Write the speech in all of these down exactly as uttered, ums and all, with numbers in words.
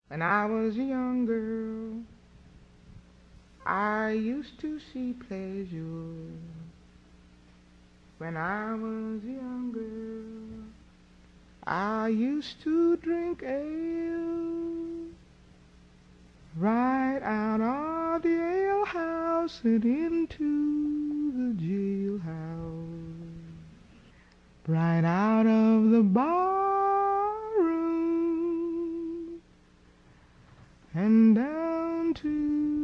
When I was a young girl, I used to see pleasure. When I was a young girl, I used to drink ale right out of the alehouse and into the jailhouse, right out of the barroom and down to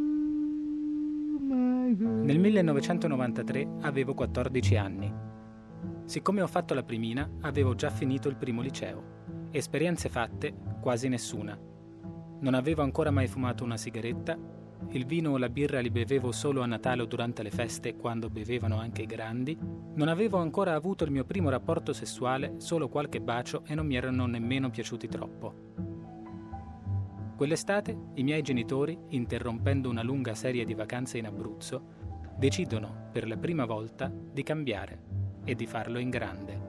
my girl. Nel millenovecentonovantatré avevo quattordici anni. Siccome ho fatto la primina, avevo già finito il primo liceo. Esperienze fatte, quasi nessuna. Non avevo ancora mai fumato una sigaretta, il vino o la birra li bevevo solo a Natale o durante le feste, quando bevevano anche i grandi. Non avevo ancora avuto il mio primo rapporto sessuale, solo qualche bacio, e non mi erano nemmeno piaciuti troppo. Quell'estate i miei genitori, interrompendo una lunga serie di vacanze in Abruzzo, decidono per la prima volta di cambiare e di farlo in grande.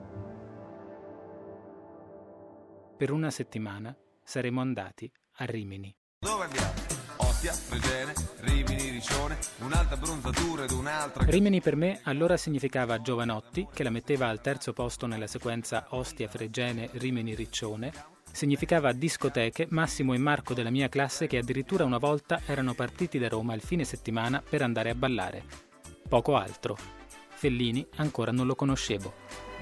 Per una settimana saremo andati a Rimini. Dove andiamo? Ostia, Fregene, Rimini, Riccione, un'altra bronzatura ed un'altra... Rimini per me allora significava Giovanotti, che la metteva al terzo posto nella sequenza Ostia, Fregene, Rimini, Riccione. Significava discoteche, Massimo e Marco della mia classe che addirittura una volta erano partiti da Roma il fine settimana per andare a ballare. Poco altro. Fellini ancora non lo conoscevo.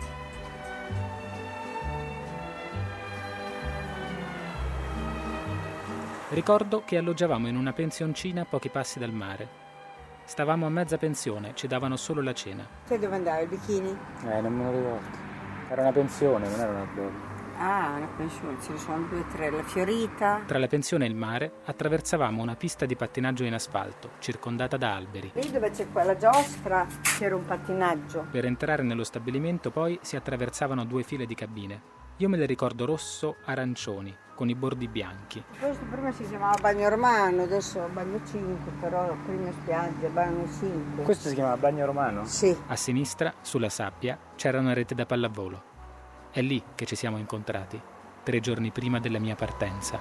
Ricordo che alloggiavamo in una pensioncina a pochi passi dal mare. Stavamo a mezza pensione, ci davano solo la cena. Te dove andavi, il bikini? Eh, non me lo ricordo. Era una pensione, non era un albergo. Ah, una pensione, ce ne sono due o tre, la Fiorita. Tra la pensione e il mare attraversavamo una pista di pattinaggio in asfalto, circondata da alberi. Lì dove c'è quella giostra c'era un pattinaggio. Per entrare nello stabilimento poi si attraversavano due file di cabine. Io me le ricordo rosso-arancioni, con i bordi bianchi. Questo prima si chiamava bagno romano, adesso bagno cinque, però prima spiaggia, bagno cinque. Questo si chiamava bagno romano? Sì. A sinistra, sulla sabbia, c'era una rete da pallavolo. È lì che ci siamo incontrati, tre giorni prima della mia partenza.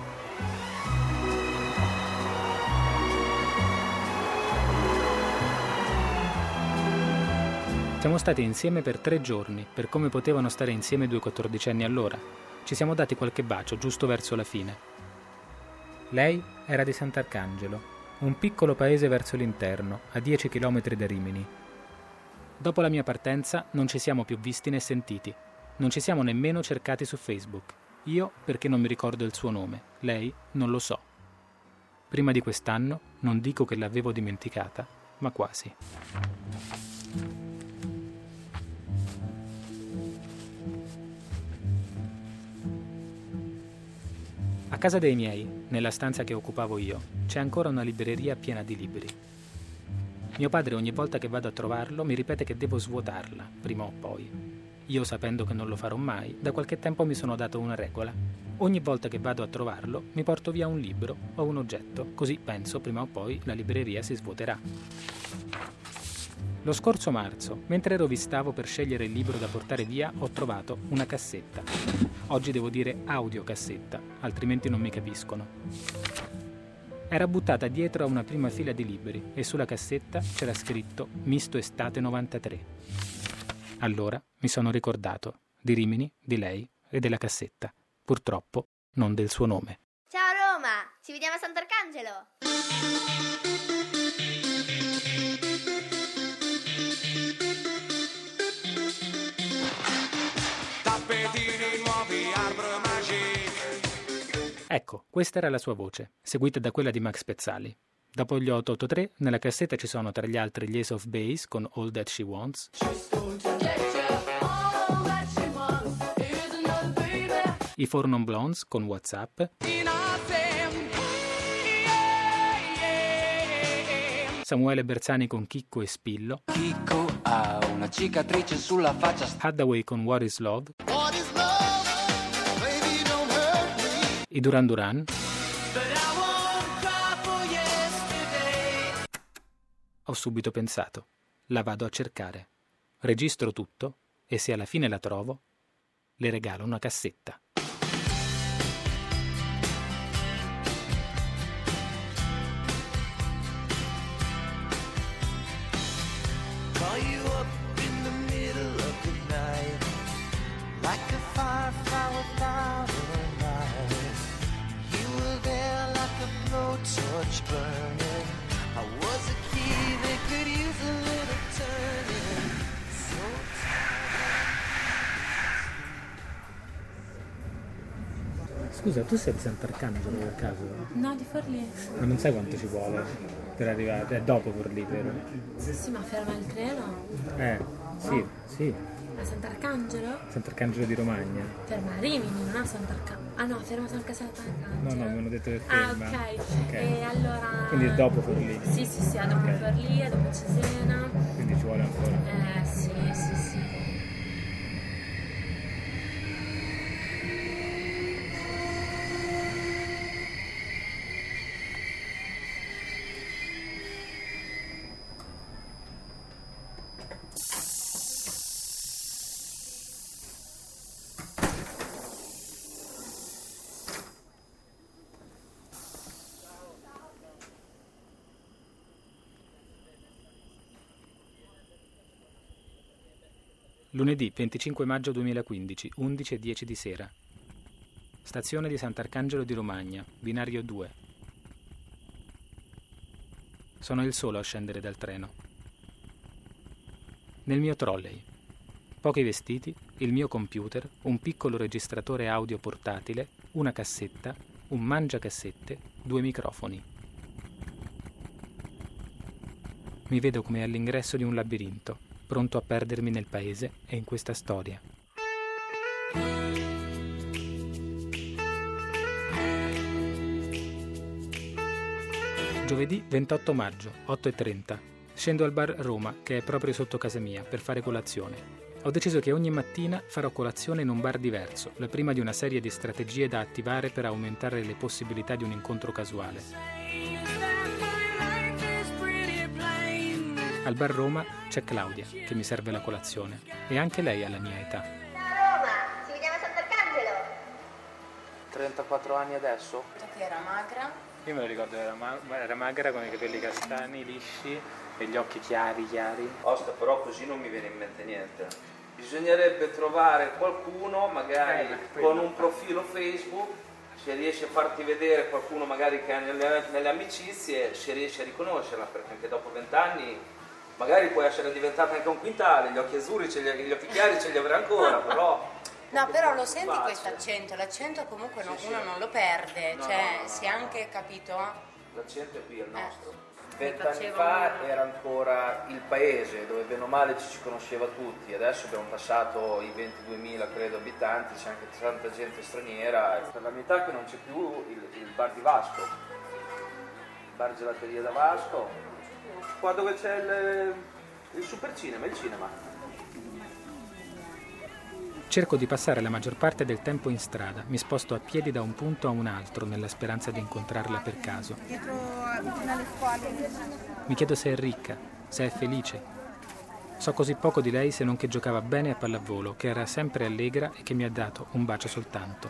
Siamo stati insieme per tre giorni, per come potevano stare insieme due quattordicenni allora. Ci siamo dati qualche bacio giusto verso la fine. Lei era di Sant'Arcangelo, un piccolo paese verso l'interno, a dieci chilometri da Rimini. Dopo la mia partenza non ci siamo più visti né sentiti. Non ci siamo nemmeno cercati su Facebook. Io perché non mi ricordo il suo nome, lei non lo so. Prima di quest'anno non dico che l'avevo dimenticata, ma quasi. A casa dei miei, nella stanza che occupavo io, c'è ancora una libreria piena di libri. Mio padre ogni volta che vado a trovarlo mi ripete che devo svuotarla, prima o poi. Io, sapendo che non lo farò mai, da qualche tempo mi sono dato una regola. Ogni volta che vado a trovarlo, mi porto via un libro o un oggetto, così penso prima o poi la libreria si svuoterà. Lo scorso marzo, mentre ero vistavo per scegliere il libro da portare via, ho trovato una cassetta. Oggi devo dire audiocassetta, altrimenti non mi capiscono. Era buttata dietro a una prima fila di libri e sulla cassetta c'era scritto Misto Estate novantatré. Allora mi sono ricordato di Rimini, di lei e della cassetta. Purtroppo non del suo nome. Ciao Roma, ci vediamo a Sant'Arcangelo. Tappetini nuovi, Arbre Magique. Ecco, questa era la sua voce, seguita da quella di Max Pezzali. Dopo gli otto otto tre, nella cassetta ci sono tra gli altri gli Ace of Base con All That She Wants, i Four Non Blondes con WhatsApp, Samuele Bersani con Chicco e Spillo, Chicco ha una cicatrice sulla faccia. Hathaway con What Is Love, i Duran Duran, ho subito pensato, la vado a cercare, registro tutto e se alla fine la trovo, le regalo una cassetta. Scusa, tu sei di Sant'Arcangelo per caso? No, di Forlì. Ma non sai quanto ci vuole per arrivare? È dopo Forlì, vero? Sì, ma ferma il treno? Eh, sì, sì. A Sant'Arcangelo? Sant'Arcangelo di Romagna. Ferma a Rimini, non a Sant'Arcangelo. Ah no, ferma San Sant'Arcangelo. No, no, mi hanno detto che Ah, ferma. ok. Ok. E allora... Quindi è dopo Forlì. Sì, sì, sì, è dopo Ok. Forlì, è dopo Cesena. Quindi ci vuole ancora. Eh, sì, sì, sì. Lunedì venticinque maggio duemilaquindici, undici e dieci di sera. Stazione di Sant'Arcangelo di Romagna, binario due. Sono il solo a scendere dal treno. Nel mio trolley. Pochi vestiti, il mio computer, un piccolo registratore audio portatile, una cassetta, un mangiacassette, due microfoni. Mi vedo come all'ingresso di un labirinto, pronto a perdermi nel paese e in questa storia. Giovedì ventotto maggio, otto e trenta. Scendo al bar Roma, che è proprio sotto casa mia, per fare colazione. Ho deciso che ogni mattina farò colazione in un bar diverso, la prima di una serie di strategie da attivare per aumentare le possibilità di un incontro casuale. Al bar Roma c'è Claudia, che mi serve la colazione, e anche lei ha la mia età. Ciao Roma, ci vediamo a Sant'Arcangelo. trentaquattro anni adesso? Che era magra. Io me lo ricordo, era, ma- era magra con i capelli castani, lisci, e gli occhi chiari, chiari. Osta, però così non mi viene in mente niente. Bisognerebbe trovare qualcuno, magari Eh, con un profilo Facebook, se riesce a farti vedere qualcuno magari che ha nelle, nelle amicizie, se riesce a riconoscerla, perché anche dopo vent'anni magari può essere diventata anche un quintale, gli occhi azzurri, ce li, gli occhi chiari ce li avrà ancora, però... No, però lo senti Facile. questo accento, l'accento comunque non- Sì, uno sì. non lo perde, No, cioè no, no, si no, è no. anche capito. L'accento è qui, il Eh. nostro. Mi Vent'anni facevo fa una- era ancora il paese dove bene o male ci si conosceva tutti, adesso abbiamo passato i ventiduemila credo abitanti, c'è anche tanta gente straniera, e per la mia età che non c'è più il, il bar di Vasco, il bar gelateria da Vasco, qua dove c'è il, il super cinema, il cinema. Cerco di passare la maggior parte del tempo in strada, mi sposto a piedi da un punto a un altro nella speranza di incontrarla per caso. Mi chiedo se è ricca, se è felice. So così poco di lei se non che giocava bene a pallavolo, che era sempre allegra e che mi ha dato un bacio soltanto.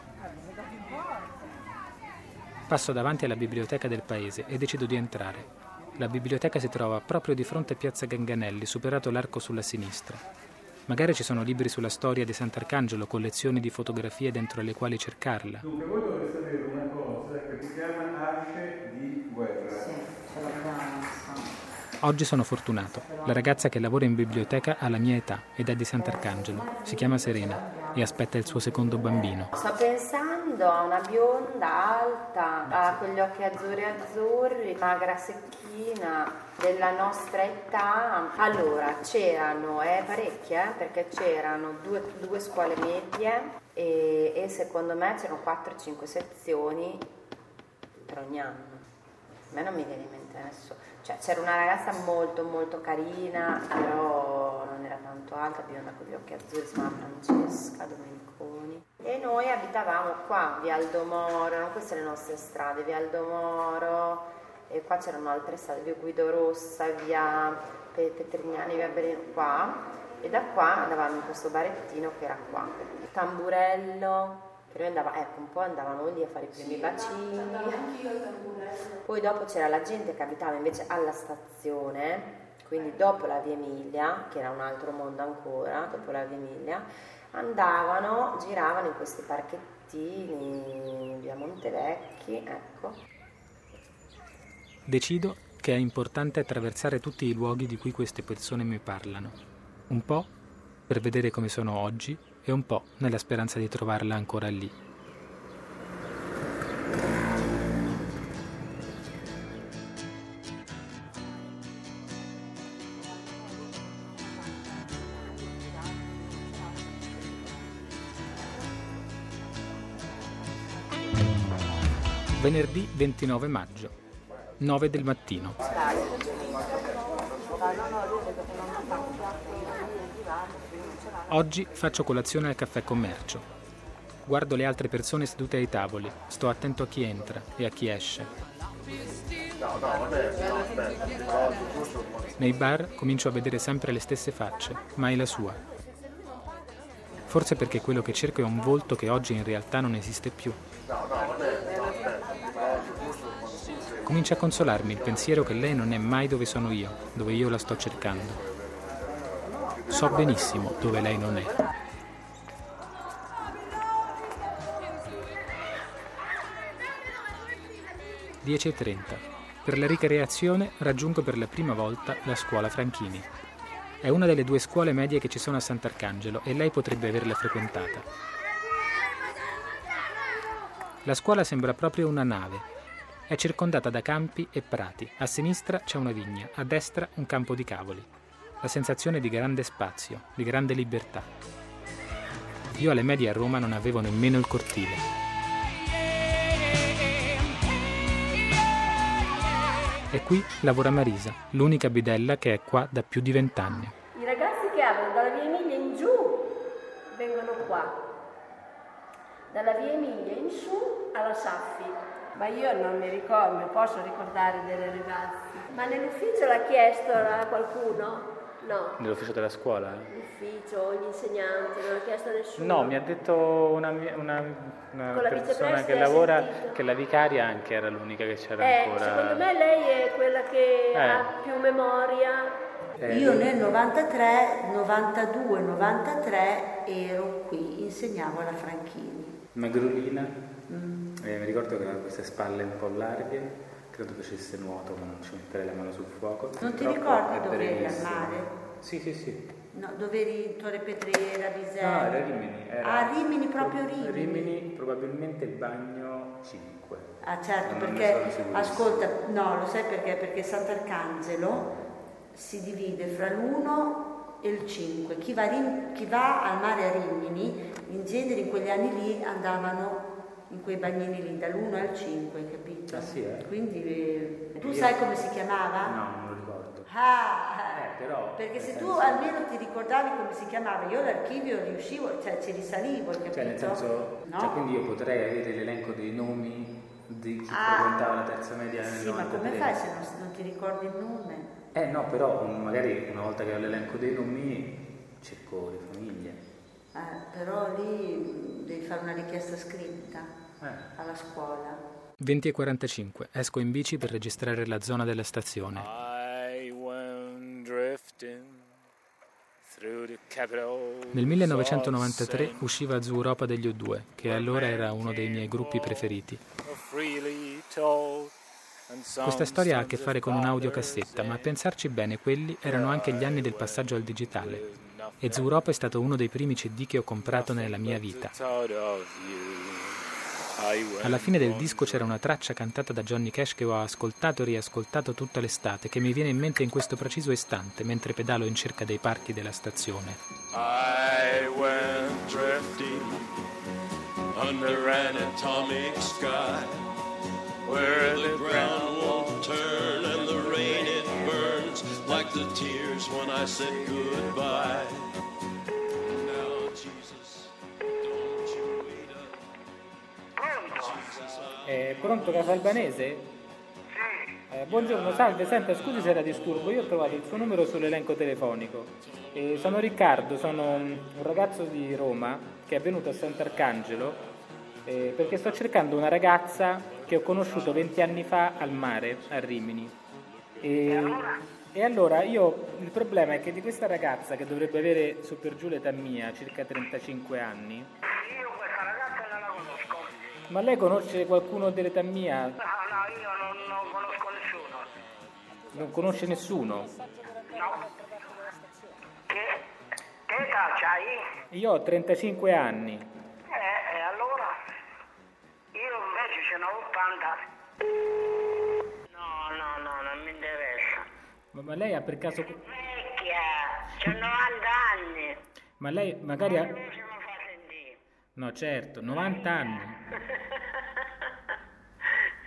Passo davanti alla biblioteca del paese e decido di entrare. La biblioteca si trova proprio di fronte a Piazza Ganganelli, superato l'arco sulla sinistra. Magari ci sono libri sulla storia di Sant'Arcangelo, collezioni di fotografie dentro le quali cercarla. Dunque, voi dovete sapere una cosa che si chiama Arce di guerra. Sì, ce l'abbiamo, insomma. Oggi sono fortunato. La ragazza che lavora in biblioteca ha la mia età ed è di Sant'Arcangelo. Si chiama Serena e aspetta il suo secondo bambino. Sto pensando a una bionda alta, ha quegli occhi azzurri azzurri, magra secchina, della nostra età. Allora, c'erano, eh, parecchie, eh, perché c'erano due, due scuole medie e, e secondo me c'erano quattro cinque sezioni per ogni anno. A me non mi viene in mente adesso. Cioè, c'era una ragazza molto molto carina, però non era tanto alta, bionda con gli occhi azzurri, si chiamava Francesca Domeniconi. E noi abitavamo qua, via Aldomoro, erano queste le nostre strade, via Aldomoro, e qua c'erano altre strade, via Guido Rossa, via Pe- Petrignani, via Berino, qua. E da qua andavamo in questo barettino che era qua, Tamburello. Che noi andava, ecco, un po' andavamo lì a fare i primi bacini. Poi dopo c'era la gente che abitava invece alla stazione, quindi dopo la via Emilia, che era un altro mondo ancora, dopo la via Emilia, andavano, giravano in questi parchettini, via Montevecchi, ecco. Decido che è importante attraversare tutti i luoghi di cui queste persone mi parlano. Un po' per vedere come sono oggi e un po' nella speranza di trovarla ancora lì. Venerdì ventinove maggio, nove del mattino. Oggi faccio colazione al caffè commercio. Guardo le altre persone sedute ai tavoli, sto attento a chi entra e a chi esce. Nei bar comincio a vedere sempre le stesse facce, mai la sua. Forse perché quello che cerco è un volto che oggi in realtà non esiste più. Comincia a consolarmi il pensiero che lei non è mai dove sono io, dove io la sto cercando. So benissimo dove lei non è. dieci e trenta. Per la ricreazione raggiungo per la prima volta la scuola Franchini. È una delle due scuole medie che ci sono a Sant'Arcangelo e lei potrebbe averla frequentata. La scuola sembra proprio una nave. È circondata da campi e prati. A sinistra c'è una vigna, a destra un campo di cavoli. La sensazione di grande spazio, di grande libertà. Io alle medie a Roma non avevo nemmeno il cortile. E qui lavora Marisa, l'unica bidella che è qua da più di vent'anni. I ragazzi che abitano dalla via Emilia in giù vengono qua, dalla via Emilia in su alla Saffi. Ma io non mi ricordo, mi posso ricordare delle ragazze. Ma nell'ufficio l'ha chiesto a qualcuno? No. Nell'ufficio della scuola? L'ufficio, gli insegnanti, non l'ha chiesto a nessuno? No, mi ha detto una, una, una persona che lavora, sentito? Che la vicaria anche era l'unica che c'era eh, ancora. Secondo me lei è quella che eh. ha più memoria. Eh. Io nel novantatré, novantadue, novantatré ero qui, insegnavo alla Franchini. Magrolina, mm. eh, mi ricordo che aveva queste spalle un po' larghe. Credo facesse nuoto, ma non ci metterei la mano sul fuoco. Non ti ricordi dove eri al mare? Sì, sì, sì. No, dove eri in Torre Pedriera, Bisello? No, era Rimini. Era ah, Rimini, proprio Rimini. Rimini, probabilmente il bagno cinque. Ah, certo, non perché, ascolta, no, lo sai perché? Perché Sant'Arcangelo si divide fra l'uno e il cinque. Chi va, rim- chi va al mare a Rimini, in genere in quegli anni lì andavano in quei bagnini lì, dall'uno al cinque, capito? Ah, sì, eh? Quindi eh, tu Io... sai come si chiamava? No, non lo ricordo. Ah, eh, però, perché se senso... tu almeno ti ricordavi come si chiamava, io l'archivio riuscivo, cioè ci risalivo, capito? Cioè nel senso, no? Cioè, quindi io potrei avere l'elenco dei nomi di chi ah, frequentava la terza media nel sì, novantatré. Ma come fai se non, non ti ricordi il nome? Eh no, però magari una volta che ho l'elenco dei nomi cerco le famiglie. Eh, però lì devi fare una richiesta scritta eh. alla scuola. venti e quarantacinque. Esco in bici per registrare la zona della stazione. Nel millenovecentonovantatré usciva Zooropa degli U due, che allora era uno dei miei gruppi preferiti. Questa storia ha a che fare con un'audiocassetta, ma a pensarci bene quelli erano anche gli anni del passaggio al digitale. E Zooropa è stato uno dei primi C D che ho comprato nella mia vita. Alla fine del disco c'era una traccia cantata da Johnny Cash che ho ascoltato e riascoltato tutta l'estate, che mi viene in mente in questo preciso istante, mentre pedalo in cerca dei parchi della stazione. I went drifting under an atomic sky where the ground won't turn and the rain it burns like the tears when I said goodbye. Now Jesus, don't you wait up. Eh, pronto, Casa Albanese? Sì. Eh, buongiorno, salve, senta, scusi se la disturbo, io ho trovato il suo numero sull'elenco telefonico. Eh, sono Riccardo, sono un ragazzo di Roma che è venuto a Sant'Arcangelo eh, perché sto cercando una ragazza che ho conosciuto venti anni fa al mare, a Rimini. E, e, allora? e allora io, il problema è che di questa ragazza che dovrebbe avere su per giù l'età mia, circa trentacinque anni. Io questa ragazza non la conosco. Ma lei conosce qualcuno dell'età mia? No, no, io non, non conosco nessuno. Non conosce nessuno? No. Che, che età c'hai? Io ho trentacinque anni. Eh, e allora? Io invece ce n'ho ottanta. No, no, no, non mi interessa. Ma, ma lei ha per caso... Vecchia, c'ho novanta anni. Ma lei magari ha... Non si mi fa sentire. No, certo, novanta anni.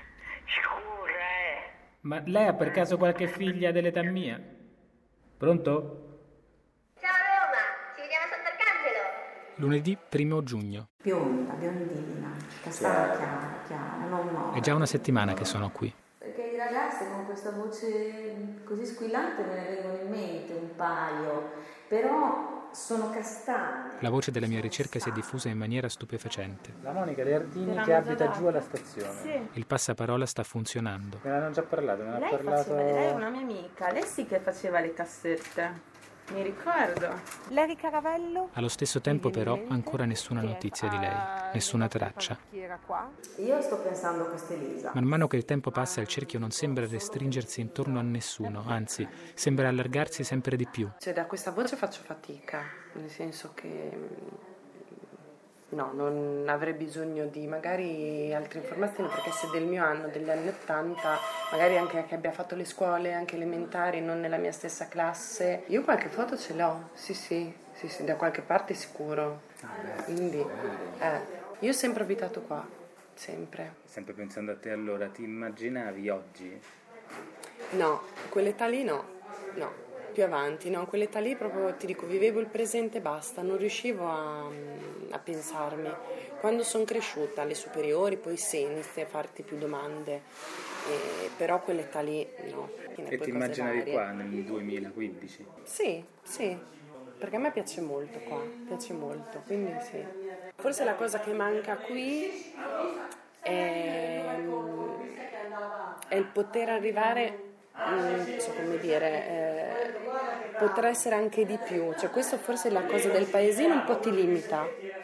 Ma lei ha per caso qualche figlia dell'età mia? Pronto? Ciao Roma, ci vediamo a Sant'Arcangelo. Lunedì primo giugno. Bionda, biondina, castana chiara, chiara, non no. È già una settimana che sono qui. Perché i ragazzi con questa voce così squillante me ne vengono in mente un paio, però sono castane. La voce della mia ricerca si è diffusa in maniera stupefacente. La Monica Leardini che abita giù alla stazione. Sì. Il passaparola sta funzionando. Me ne hanno già parlato, me ne ha Lei, parlato... faceva, lei è una mia amica, lei sì che faceva le cassette. Mi ricordo. Larry Caravello? Allo stesso tempo però ancora nessuna notizia di lei, nessuna traccia. Chi era qua? Io sto pensando a questa Elisa. Man mano che il tempo passa il cerchio non sembra restringersi intorno a nessuno, anzi sembra allargarsi sempre di più. Cioè da questa voce faccio fatica, nel senso che no, non avrei bisogno di magari altre informazioni, perché se del mio anno, degli anni ottanta, magari anche che abbia fatto le scuole, anche elementari, non nella mia stessa classe, io qualche foto ce l'ho, sì sì, sì, sì, da qualche parte sicuro. Quindi, eh, io ho sempre abitato qua, sempre. Sempre pensando a te allora, ti immaginavi oggi? No, quell'età lì no, no. Più avanti, no? Quell'età lì proprio, ti dico, vivevo il presente e basta, non riuscivo a, a pensarmi. Quando sono cresciuta, alle superiori, poi sì, inizi a farti più domande, eh, però quell'età lì no. E ti immaginavi varie. Qua nel duemilaquindici? Sì, sì, perché a me piace molto qua, piace molto, quindi sì. Forse la cosa che manca qui è, è il poter arrivare... non so come dire, eh, potrà essere anche di più, cioè questo forse è la cosa del paesino, un po' ti limita.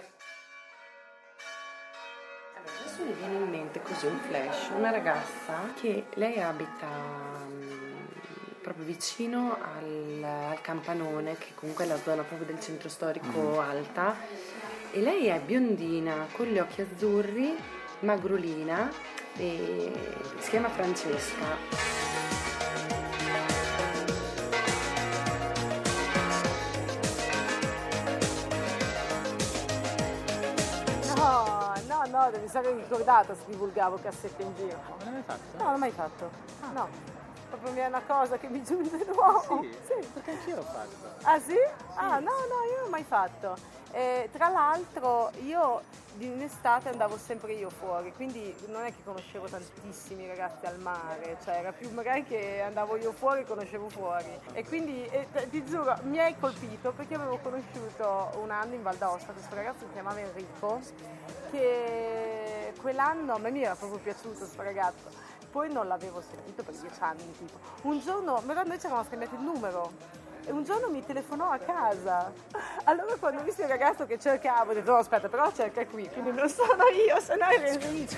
Adesso mi viene in mente così un flash, una ragazza che lei abita um, proprio vicino al, al Campanone, che comunque è la zona proprio del centro storico alta, e lei è biondina, con gli occhi azzurri, magrolina, e si chiama Francesca. No, devi stare ricordata se divulgavo cassette in giro. Non l'hai mai fatto? No, non l'ho mai fatto. Ah. No. Proprio mi è una cosa che mi giunge nuovo. Sì? Sì, perché anch'io l'ho fatto. Ah sì? Sì. Ah no, no, io non l'ho mai fatto. Eh, tra l'altro io in estate andavo sempre io fuori, quindi non è che conoscevo tantissimi ragazzi al mare, cioè era più magari che andavo io fuori e conoscevo fuori. E quindi eh, ti giuro, mi hai colpito perché avevo conosciuto un anno in Val d'Aosta questo ragazzo che si chiamava Enrico, che quell'anno a me mi era proprio piaciuto questo ragazzo, poi non l'avevo sentito per dieci anni tipo. Un giorno, però noi ci eravamo scambiati il numero e un giorno mi telefonò a casa, allora quando ho visto il ragazzo che cercavo ho detto no aspetta però cerca qui, quindi non sono io, se no era Enrico.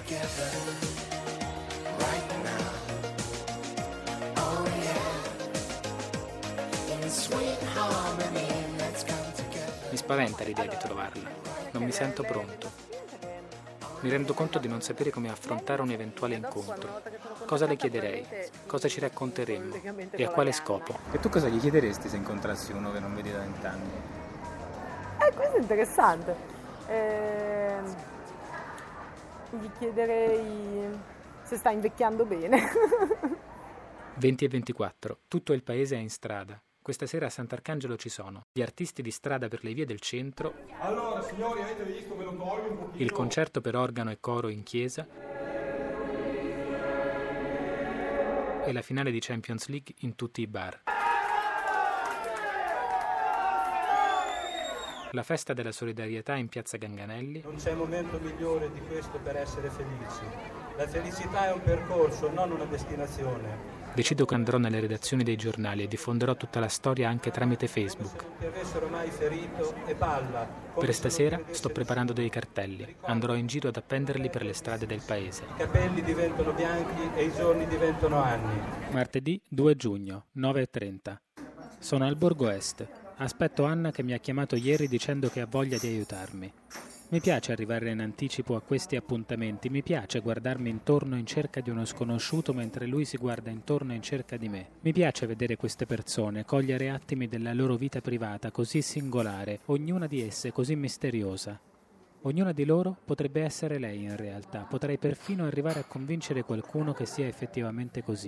Mi spaventa l'idea di trovarla, non mi sento pronto. Mi rendo conto di non sapere come affrontare un eventuale incontro. Cosa le chiederei? Cosa ci racconteremmo? E a quale scopo? E tu cosa gli chiederesti se incontrassi uno che non vedi da vent'anni? Eh, questo è interessante. Eh, gli chiederei se sta invecchiando bene. venti e ventiquattro. Tutto il paese è in strada. Questa sera a Sant'Arcangelo ci sono gli artisti di strada per le vie del centro, allora, signori, avete visto, me lo tolgo un pochino. Il concerto per organo e coro in chiesa e la finale di Champions League in tutti i bar. La festa della solidarietà in piazza Ganganelli. Non c'è momento migliore di questo per essere felici. La felicità è un percorso, non una destinazione. Decido che andrò nelle redazioni dei giornali e diffonderò tutta la storia anche tramite Facebook. Come se non ti avessero mai ferito e balla. Per stasera sto preparando dei cartelli. Andrò in giro ad appenderli per le strade del paese. I capelli diventano bianchi e i giorni diventano anni. Martedì due giugno, nove e trenta. Sono al Borgo Est. Aspetto Anna che mi ha chiamato ieri dicendo che ha voglia di aiutarmi. Mi piace arrivare in anticipo a questi appuntamenti, mi piace guardarmi intorno in cerca di uno sconosciuto mentre lui si guarda intorno in cerca di me. Mi piace vedere queste persone, cogliere attimi della loro vita privata così singolare, ognuna di esse così misteriosa. Ognuna di loro potrebbe essere lei in realtà, potrei perfino arrivare a convincere qualcuno che sia effettivamente così.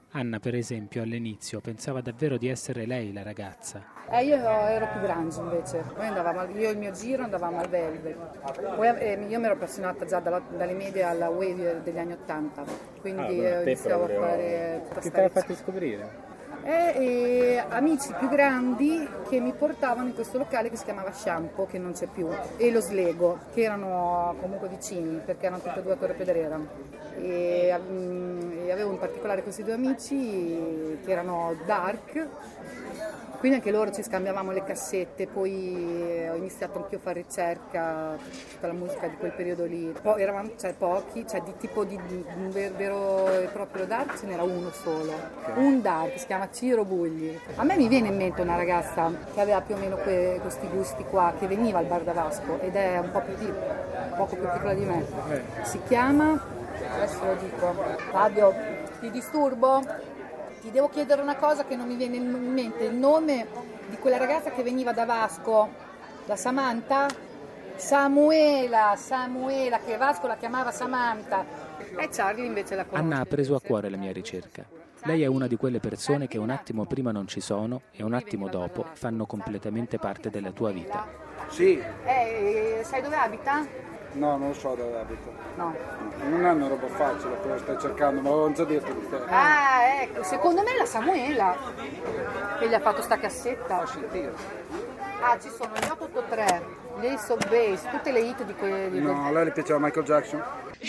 Anna, per esempio, all'inizio pensava davvero di essere lei la ragazza. Eh, io ero più grande invece, noi andavamo, io e il mio giro andavamo al Velvet. Poi eh, io mi ero appassionata già dalla, dalle medie alla wave degli anni Ottanta, quindi ah, iniziavo a fare tutta Che ti aveva fatto scoprire? E, e amici più grandi che mi portavano in questo locale che si chiamava Shampoo, che non c'è più, e lo Slego, che erano comunque vicini perché erano tutti e due a Torre Pedrera. E, um, e avevo in particolare questi due amici che erano dark, quindi anche loro ci scambiavamo le cassette. Poi ho iniziato anch'io a fare ricerca, tutta la musica di quel periodo lì. Poi eravamo, cioè, pochi, cioè di tipo di, di un vero e proprio dark ce n'era uno solo, okay. Un dark, si chiama Ciro Bugli. A me mi viene in mente una ragazza che aveva più o meno que, questi gusti qua, che veniva al bar da Vasco ed è un po' più più, poco più piccola di me. Si chiama, adesso lo dico, Fabio, ti disturbo? Ti devo chiedere una cosa che non mi viene in mente, il nome di quella ragazza che veniva da Vasco, da Samantha? Samuela, Samuela, che Vasco la chiamava Samantha. E Charlie invece la conosce. Anna ha preso a cuore la mia ricerca. Lei è una di quelle persone che un attimo prima non ci sono e un attimo dopo fanno completamente parte della tua vita. Sì. Eh, sai dove abita? No, non lo so dove abito. No. Non è una roba facile, però stai cercando, me l'avevano già detto di te. Ah, ecco, secondo me è la Samuela che gli ha fatto sta cassetta. Ah, ci sono gli otto otto tre, gli Ace of Base, tutte le hit di quelli. No, a lei le piaceva Michael Jackson.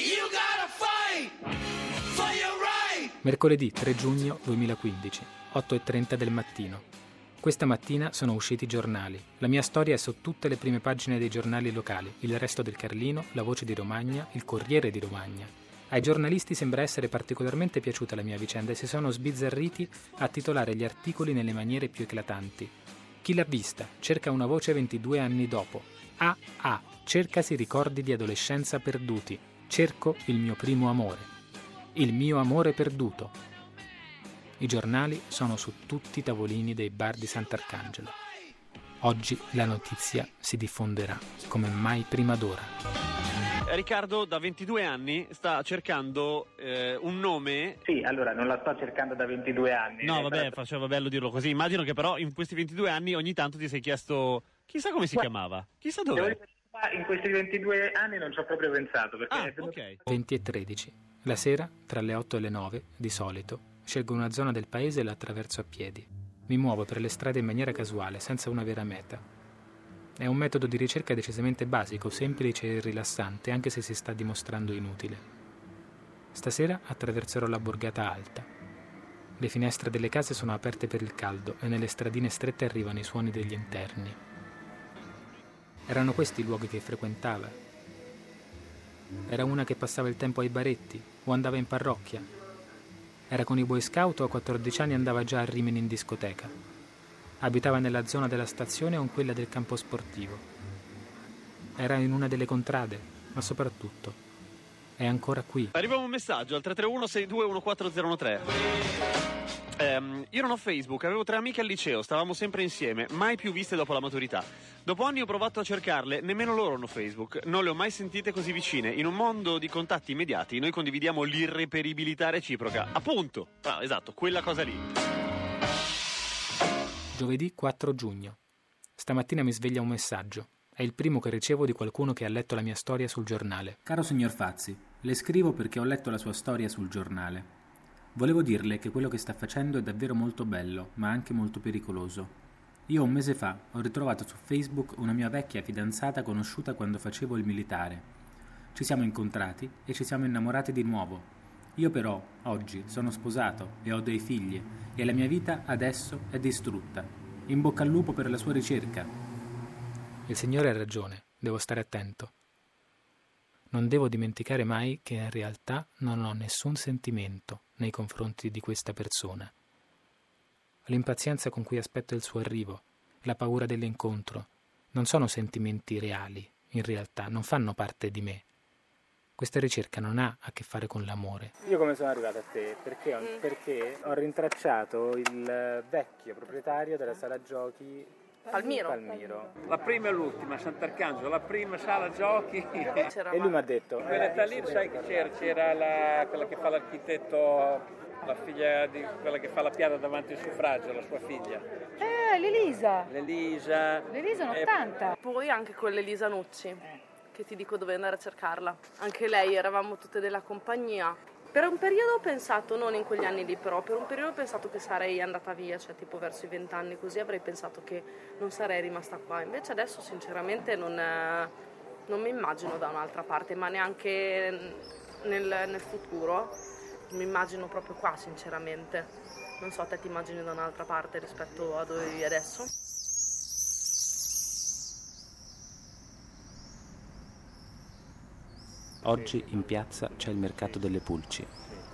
Mercoledì tre giugno duemilaquindici, otto e trenta del mattino. Questa mattina sono usciti i giornali. La mia storia è su tutte le prime pagine dei giornali locali, Il Resto del Carlino, La Voce di Romagna, Il Corriere di Romagna. Ai giornalisti sembra essere particolarmente piaciuta la mia vicenda e si sono sbizzarriti a titolare gli articoli nelle maniere più eclatanti. Chi l'ha vista? Cerca una voce ventidue anni dopo. Ah ah, cercasi ricordi di adolescenza perduti. Cerco il mio primo amore. Il mio amore perduto. I giornali sono su tutti i tavolini dei bar di Sant'Arcangelo. Oggi la notizia si diffonderà come mai prima d'ora. Riccardo da ventidue anni sta cercando eh, un nome. Sì, allora non la sto cercando da ventidue anni. No, vabbè, stato... faceva bello dirlo così. Immagino che però in questi ventidue anni ogni tanto ti sei chiesto chissà come si Guarda, chiamava, chissà dov'è. In questi ventidue anni non ci ho proprio pensato perché ah, è venuto... okay. venti e tredici. La sera, tra le otto e le nove, di solito, scelgo una zona del paese e la attraverso a piedi. Mi muovo per le strade in maniera casuale, senza una vera meta. È un metodo di ricerca decisamente basico, semplice e rilassante, anche se si sta dimostrando inutile. Stasera attraverserò la borgata alta. Le finestre delle case sono aperte per il caldo e nelle stradine strette arrivano i suoni degli interni. Erano questi i luoghi che frequentava. Era una che passava il tempo ai baretti o andava in parrocchia. Era con i Boy Scout o a quattordici anni andava già a Rimini in discoteca. Abitava nella zona della stazione o in quella del campo sportivo. Era in una delle contrade, ma soprattutto è ancora qui. Arriva un messaggio al tre tre uno sei due uno quattro zero uno tre. Um, io non ho Facebook, avevo tre amiche al liceo, stavamo sempre insieme, mai più viste dopo la maturità. Dopo anni ho provato a cercarle, nemmeno loro hanno Facebook, non le ho mai sentite così vicine. In un mondo di contatti immediati noi condividiamo l'irreperibilità reciproca. Appunto, ah, esatto, quella cosa lì. Giovedì quattro giugno. Stamattina mi sveglia un messaggio. È il primo che ricevo di qualcuno che ha letto la mia storia sul giornale. Caro signor Fazzi, le scrivo perché ho letto la sua storia sul giornale. Volevo dirle che quello che sta facendo è davvero molto bello, ma anche molto pericoloso. Io un mese fa ho ritrovato su Facebook una mia vecchia fidanzata conosciuta quando facevo il militare. Ci siamo incontrati e ci siamo innamorati di nuovo. Io però, oggi, sono sposato e ho dei figli e la mia vita adesso è distrutta. In bocca al lupo per la sua ricerca. Il Signore ha ragione, devo stare attento. Non devo dimenticare mai che in realtà non ho nessun sentimento nei confronti di questa persona. L'impazienza con cui aspetto il suo arrivo, la paura dell'incontro, non sono sentimenti reali, in realtà, non fanno parte di me. Questa ricerca non ha a che fare con l'amore. Io come sono arrivato a te? Perché ho, perché ho rintracciato il vecchio proprietario della sala giochi Palmiro. Palmiro. La prima e l'ultima, Sant'Arcangelo, la prima sala giochi. E lui mi ha detto... In quell'età lì, sai che c'era? C'era la, quella che fa l'architetto, la figlia di quella che fa la piada davanti al suffragio, la sua figlia. Eh, l'Elisa. L'Elisa. L'Elisa è Eh, ottanta. Poi anche quell'Elisa Nucci, che ti dico dove andare a cercarla. Anche lei, eravamo tutte della compagnia. Per un periodo ho pensato, non in quegli anni lì però, per un periodo ho pensato che sarei andata via, cioè tipo verso i vent'anni così avrei pensato che non sarei rimasta qua. Invece adesso sinceramente non, eh, non mi immagino da un'altra parte, ma neanche nel, nel futuro. Mi immagino proprio qua sinceramente. Non so, te ti immagini da un'altra parte rispetto a dove vivi adesso? Oggi in piazza c'è il mercato delle pulci.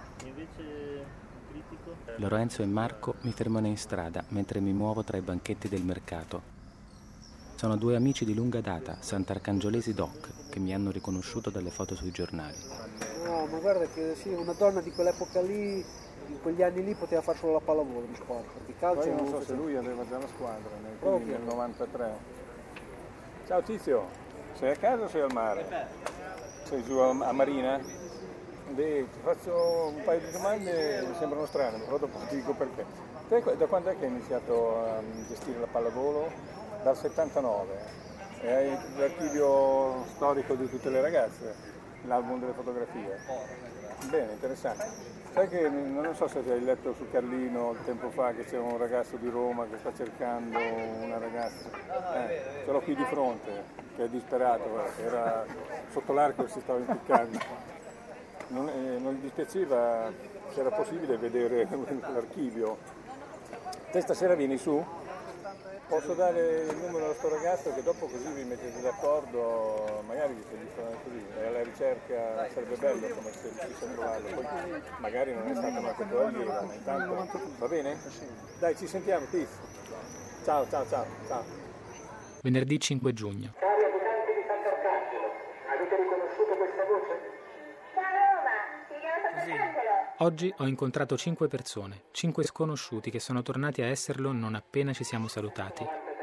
Lorenzo e Marco mi fermano in strada mentre mi muovo tra i banchetti del mercato. Sono due amici di lunga data, sant'arcangiolesi doc, che mi hanno riconosciuto dalle foto sui giornali. No, ma guarda che sì, una donna di quell'epoca lì, in quegli anni lì, poteva fare solo la pallavolo in sport, perché calcio Poi non non so faceva. se lui aveva già la squadra nel, Proprio. nel novantatré. Ciao Tizio, sei a casa o sei al mare? Sei giù a, a Marina? Beh, ti faccio un paio di domande, mi sembrano strane, però dopo ti dico perché. Te da quando è che hai iniziato a gestire la pallavolo? Dal settantanove. E hai l'archivio storico di tutte le ragazze, l'album delle fotografie. Bene, interessante. Sai che non so se hai letto su Carlino tempo fa che c'è un ragazzo di Roma che sta cercando una ragazza. Eh, ce l'ho qui di fronte, che è disperato, guarda, era sotto l'arco e si stava impiccando. Non, eh, non gli dispiaceva, se era possibile, vedere l'archivio. Te stasera vieni su? Posso dare il numero a sto ragazzo che dopo così vi mettete d'accordo, magari vi fate così, è alla ricerca, sarebbe bello come se riuscisse a trovarlo, poi magari non è stata una tua allieva, ma intanto va bene? Dai, ci sentiamo, Tiz. Ciao, ciao, ciao, ciao. Venerdì cinque giugno. Cari abitanti di Sant'Arcangelo, avete riconosciuto questa voce? Ciao Roma, si chiama Sant'Arcangelo. Oggi ho incontrato cinque persone, cinque sconosciuti che sono tornati a esserlo non appena ci siamo salutati.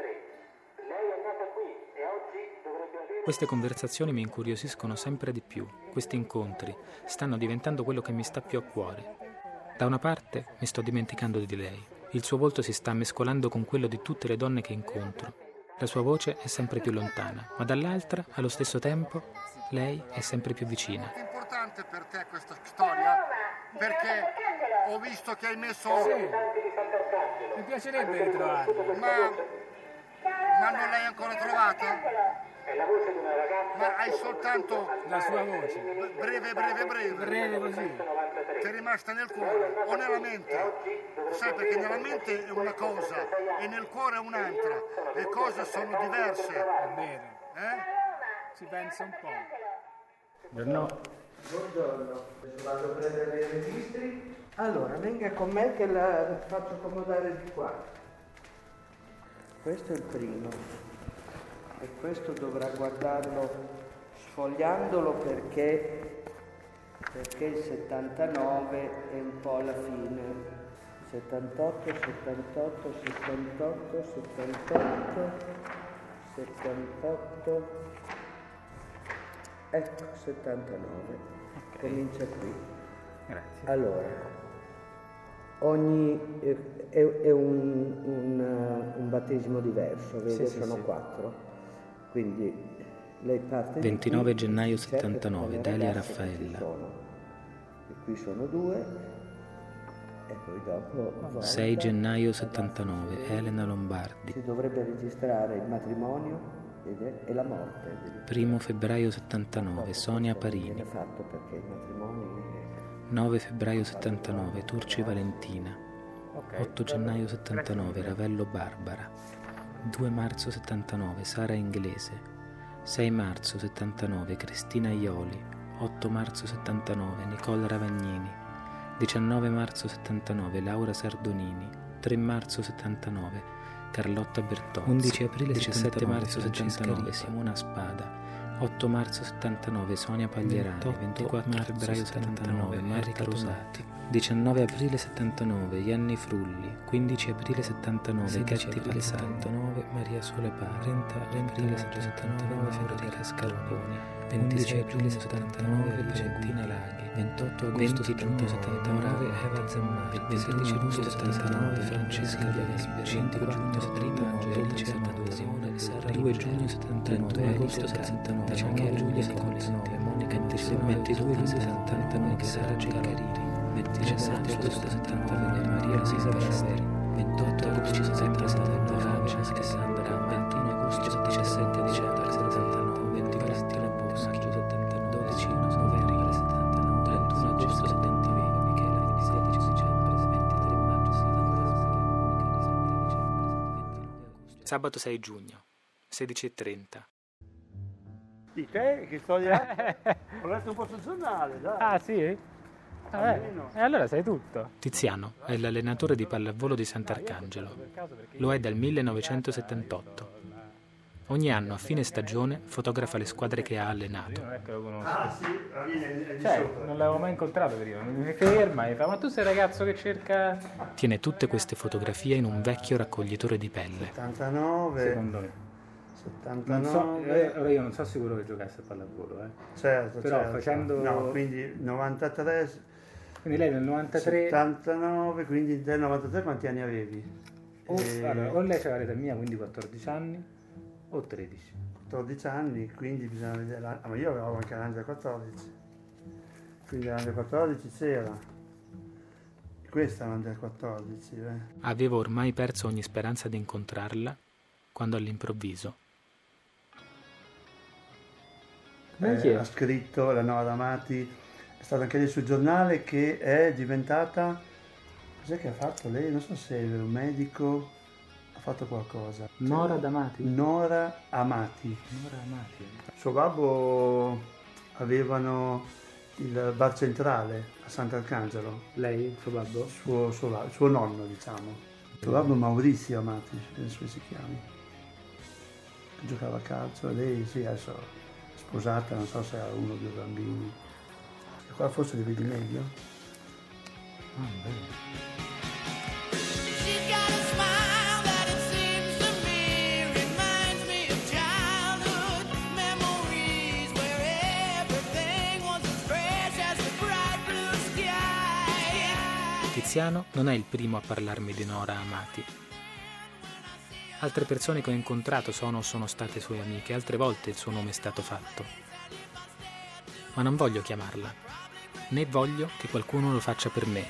Queste conversazioni mi incuriosiscono sempre di più. Questi incontri stanno diventando quello che mi sta più a cuore. Da una parte mi sto dimenticando di lei. Il suo volto si sta mescolando con quello di tutte le donne che incontro. La sua voce è sempre più lontana, ma dall'altra, allo stesso tempo, lei è sempre più vicina. È importante per te questa storia perché ho visto che hai messo... Sì, mi piacerebbe ritrovarla. Ma, ma non l'hai ancora trovata? È la voce di una ragazza... Ma hai soltanto... La sua voce. Breve, breve, breve. Breve così. Ti è rimasta nel cuore o nella mente? Sai, perché nella mente è una cosa e nel cuore è un'altra. Le cose sono diverse. È vero. Eh? Ci pensa un po'. Buongiorno. Buongiorno, vado a prendere i registri. Allora, venga con me che la faccio accomodare di qua. Questo è il primo e questo dovrà guardarlo sfogliandolo perché, perché il settantanove è un po' alla fine. settantotto, settantotto, settantotto, settantotto, settantotto, ecco, settantanove. Okay. Comincia qui. Grazie. Allora, ogni è, è un, un, un battesimo diverso, vede? Sì, Sono sì, quattro. Quindi lei parte ventinove di qui, gennaio cerca settantanove, tutte le Delia ragazze che ci Raffaella. sono. E qui sono due. E poi dopo volta. sei gennaio settantanove, Elena Lombardi. Si dovrebbe registrare il matrimonio ed è, e la morte. primo febbraio settantanove, Sonia Parini. Viene fatto perché il matrimonio è... nove febbraio settantanove, Turci Valentina. otto gennaio settantanove, Ravello Barbara. due marzo settantanove, Sara Inglese. sei marzo settantanove, Cristina Ioli. otto marzo settantanove, Nicola Ravagnini. diciannove marzo settantanove, Laura Sardonini. tre marzo settantanove, Carlotta Bertozzi. undici aprile diciassette marzo settantanove, Simona Spada. otto marzo settantanove, Sonia Paglierani. ventiquattro febbraio settantanove, Marta Rosati. diciannove aprile settantanove Jenny Frulli, quindici aprile settantanove Gatti settantanove Maria Sole Par, trenta aprile settantanove Federica Scarponi, ventisei aprile settantanove Vicentina Laghi, ventotto agosto settantanove Eva Zammari, sedici luglio settantanove Francesca Vespi, cinque giugno settantanove Alice Amadore, due giugno settantanove agosto settantanove Michele Giulia settantanove Monica ventidue luglio settantanove Sara Ceccarini, ventisette agosto settantanove Maria Silvestri, ventotto agosto settantanove Francesca Sandra, ventuno agosto diciassette dicembre settantanove venti Valentina Boschi, dodici novembre settantanove trentuno agosto settantanove Michele sedici dicembre ventitré maggio settantanove Sabato sei giugno sedici e trenta. Di te che storia è? Ho letto un po' sul giornale, dai. Ah sì? Ah, eh. E allora sai tutto. Tiziano è l'allenatore di pallavolo di Sant'Arcangelo. Lo è dal millenovecentosettantotto. Ogni anno a fine stagione fotografa le squadre che ha allenato. Non è che lo conosco. Ah sì, è di Cioè, sopra. non l'avevo mai incontrato prima. Mi ferma e fa: ma tu sei il ragazzo che cerca. Tiene tutte queste fotografie in un vecchio raccoglitore di pelle. settantanove. Secondo me. settantanove. Non so, eh, ora io non so sicuro che giocasse a pallavolo, eh. Certo, però certo. facendo. No, quindi novantatré. Quindi lei nel novantatré. settantanove, quindi del novantatré quanti anni avevi? O, E... allora, o lei c'aveva l'età mia, quindi quattordici anni, o tredici. quattordici anni, quindi bisogna vedere. La... Ah, ma io avevo anche l'anno del quattordici. Quindi l'anno del quattordici c'era. Questa è l'anno del quattordici, eh. Avevo ormai perso ogni speranza di incontrarla quando all'improvviso. Eh, ha scritto la Nora Amati, è stata anche lei sul giornale, che è diventata, cos'è che ha fatto lei? Non so se è un medico, ha fatto qualcosa. Nora D'Amati? Nora Amati. Nora Amati. Suo babbo avevano il bar centrale a Sant'Arcangelo. Lei, suo babbo? Suo, suo, suo nonno, diciamo. Suo babbo Maurizio Amati, penso che si chiami. Giocava a calcio, lei sì, adesso sposata, non so se ha uno o due bambini. E qua forse li vedi meglio? Ah, bene. Tiziano non è il primo a parlarmi di Nora Amati. Altre persone che ho incontrato sono o sono state sue amiche, altre volte il suo nome è stato fatto. Ma non voglio chiamarla, né voglio che qualcuno lo faccia per me.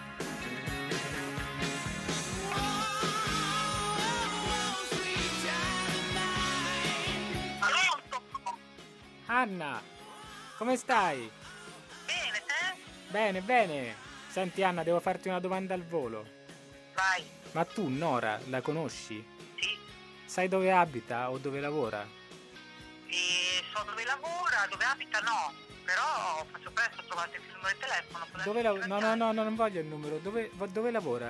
Anna, come stai? Bene, te? Bene, bene. Senti Anna, devo farti una domanda al volo. Vai. Ma tu Nora la conosci? Sì. Sai dove abita o dove lavora? E so dove lavora, dove abita no, però faccio presto a trovarti il numero di telefono. Dove la... No, no, no, no, non voglio il numero. Dove, dove lavora?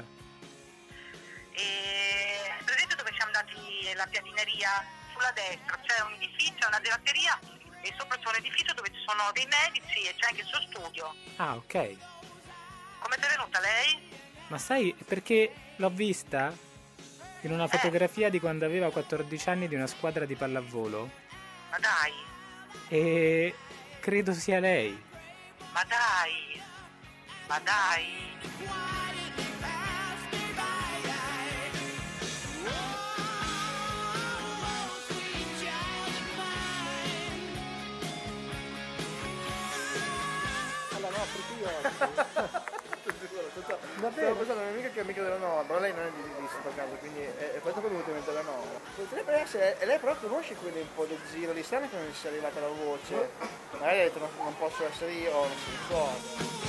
E presente dove siamo andati la piadineria? Sulla destra c'è un edificio, una gelateria e sopra c'è un edificio dove ci sono dei medici e c'è anche il suo studio. Ah, ok. Come ti è venuta lei? Ma sai perché l'ho vista in una fotografia eh. di quando aveva quattordici anni di una squadra di pallavolo. Ma dai. E credo sia lei. Ma dai. Ma dai. Alla nostra io. Stavo pensando a una mia amica che è amica della Nora, però lei non è di lì per caso, quindi è, è questo che è venuto in mente la Nora. Potrebbe essere, e lei però conosce quelli un po' del giro di strada che non gli sia arrivata la voce. Magari ha detto non, non posso essere io, non si ricorda.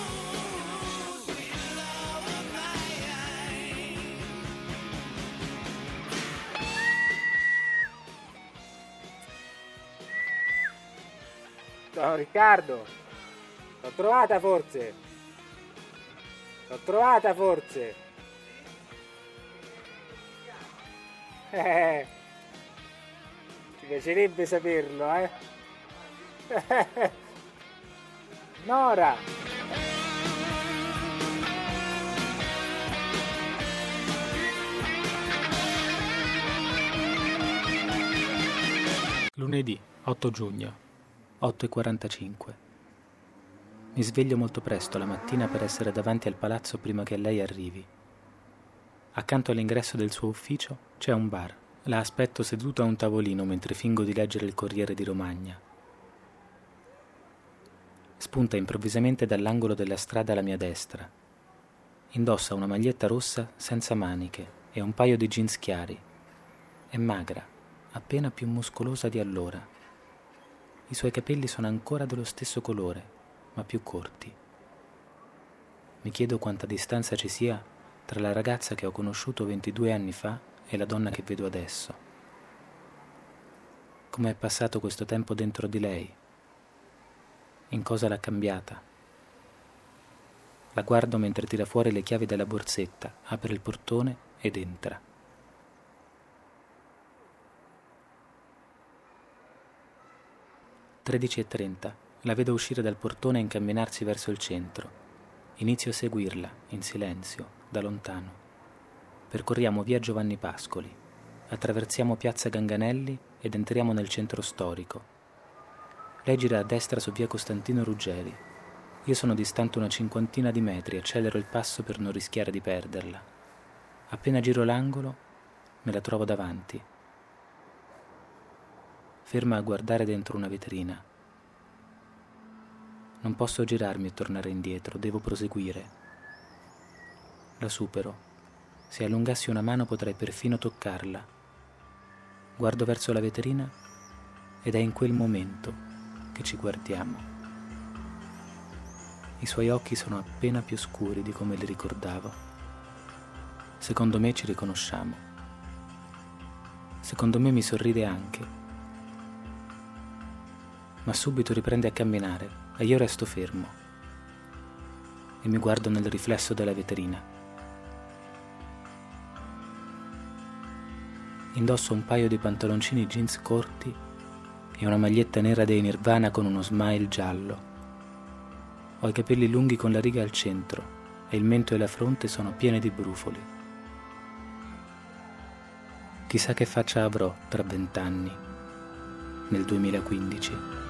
Ciao Riccardo, l'ho trovata forse. L'ho trovata forse. Eh, ti piacerebbe saperlo, eh? Nora. Lunedì, otto giugno, otto e quarantacinque. Mi sveglio molto presto la mattina per essere davanti al palazzo prima che lei arrivi. Accanto all'ingresso del suo ufficio c'è un bar. La aspetto seduto a un tavolino mentre fingo di leggere il Corriere di Romagna. Spunta improvvisamente dall'angolo della strada alla mia destra. Indossa una maglietta rossa senza maniche e un paio di jeans chiari. È magra, appena più muscolosa di allora. I suoi capelli sono ancora dello stesso colore, ma più corti. Mi chiedo quanta distanza ci sia tra la ragazza che ho conosciuto ventidue anni fa e la donna che vedo adesso. Come è passato questo tempo dentro di lei? In cosa l'ha cambiata? La guardo mentre tira fuori le chiavi dalla borsetta, apre il portone ed entra. tredici e trenta. La vedo uscire dal portone e incamminarsi verso il centro. Inizio a seguirla, in silenzio, da lontano. Percorriamo via Giovanni Pascoli, attraversiamo piazza Ganganelli ed entriamo nel centro storico. Lei gira a destra su via Costantino Ruggeri. Io sono distante una cinquantina di metri, accelero il passo per non rischiare di perderla. Appena giro l'angolo, me la trovo davanti. Ferma a guardare dentro una vetrina. Non posso girarmi e tornare indietro, devo proseguire. La supero. Se allungassi una mano potrei perfino toccarla. Guardo verso la vetrina ed è in quel momento che ci guardiamo. I suoi occhi sono appena più scuri di come li ricordavo. Secondo me ci riconosciamo. Secondo me mi sorride anche. Ma subito riprende a camminare e io resto fermo e mi guardo nel riflesso della vetrina. Indosso un paio di pantaloncini jeans corti e una maglietta nera dei Nirvana con uno smile giallo. Ho i capelli lunghi con la riga al centro e il mento e la fronte sono piene di brufoli. Chissà che faccia avrò tra vent'anni, nel duemilaquindici.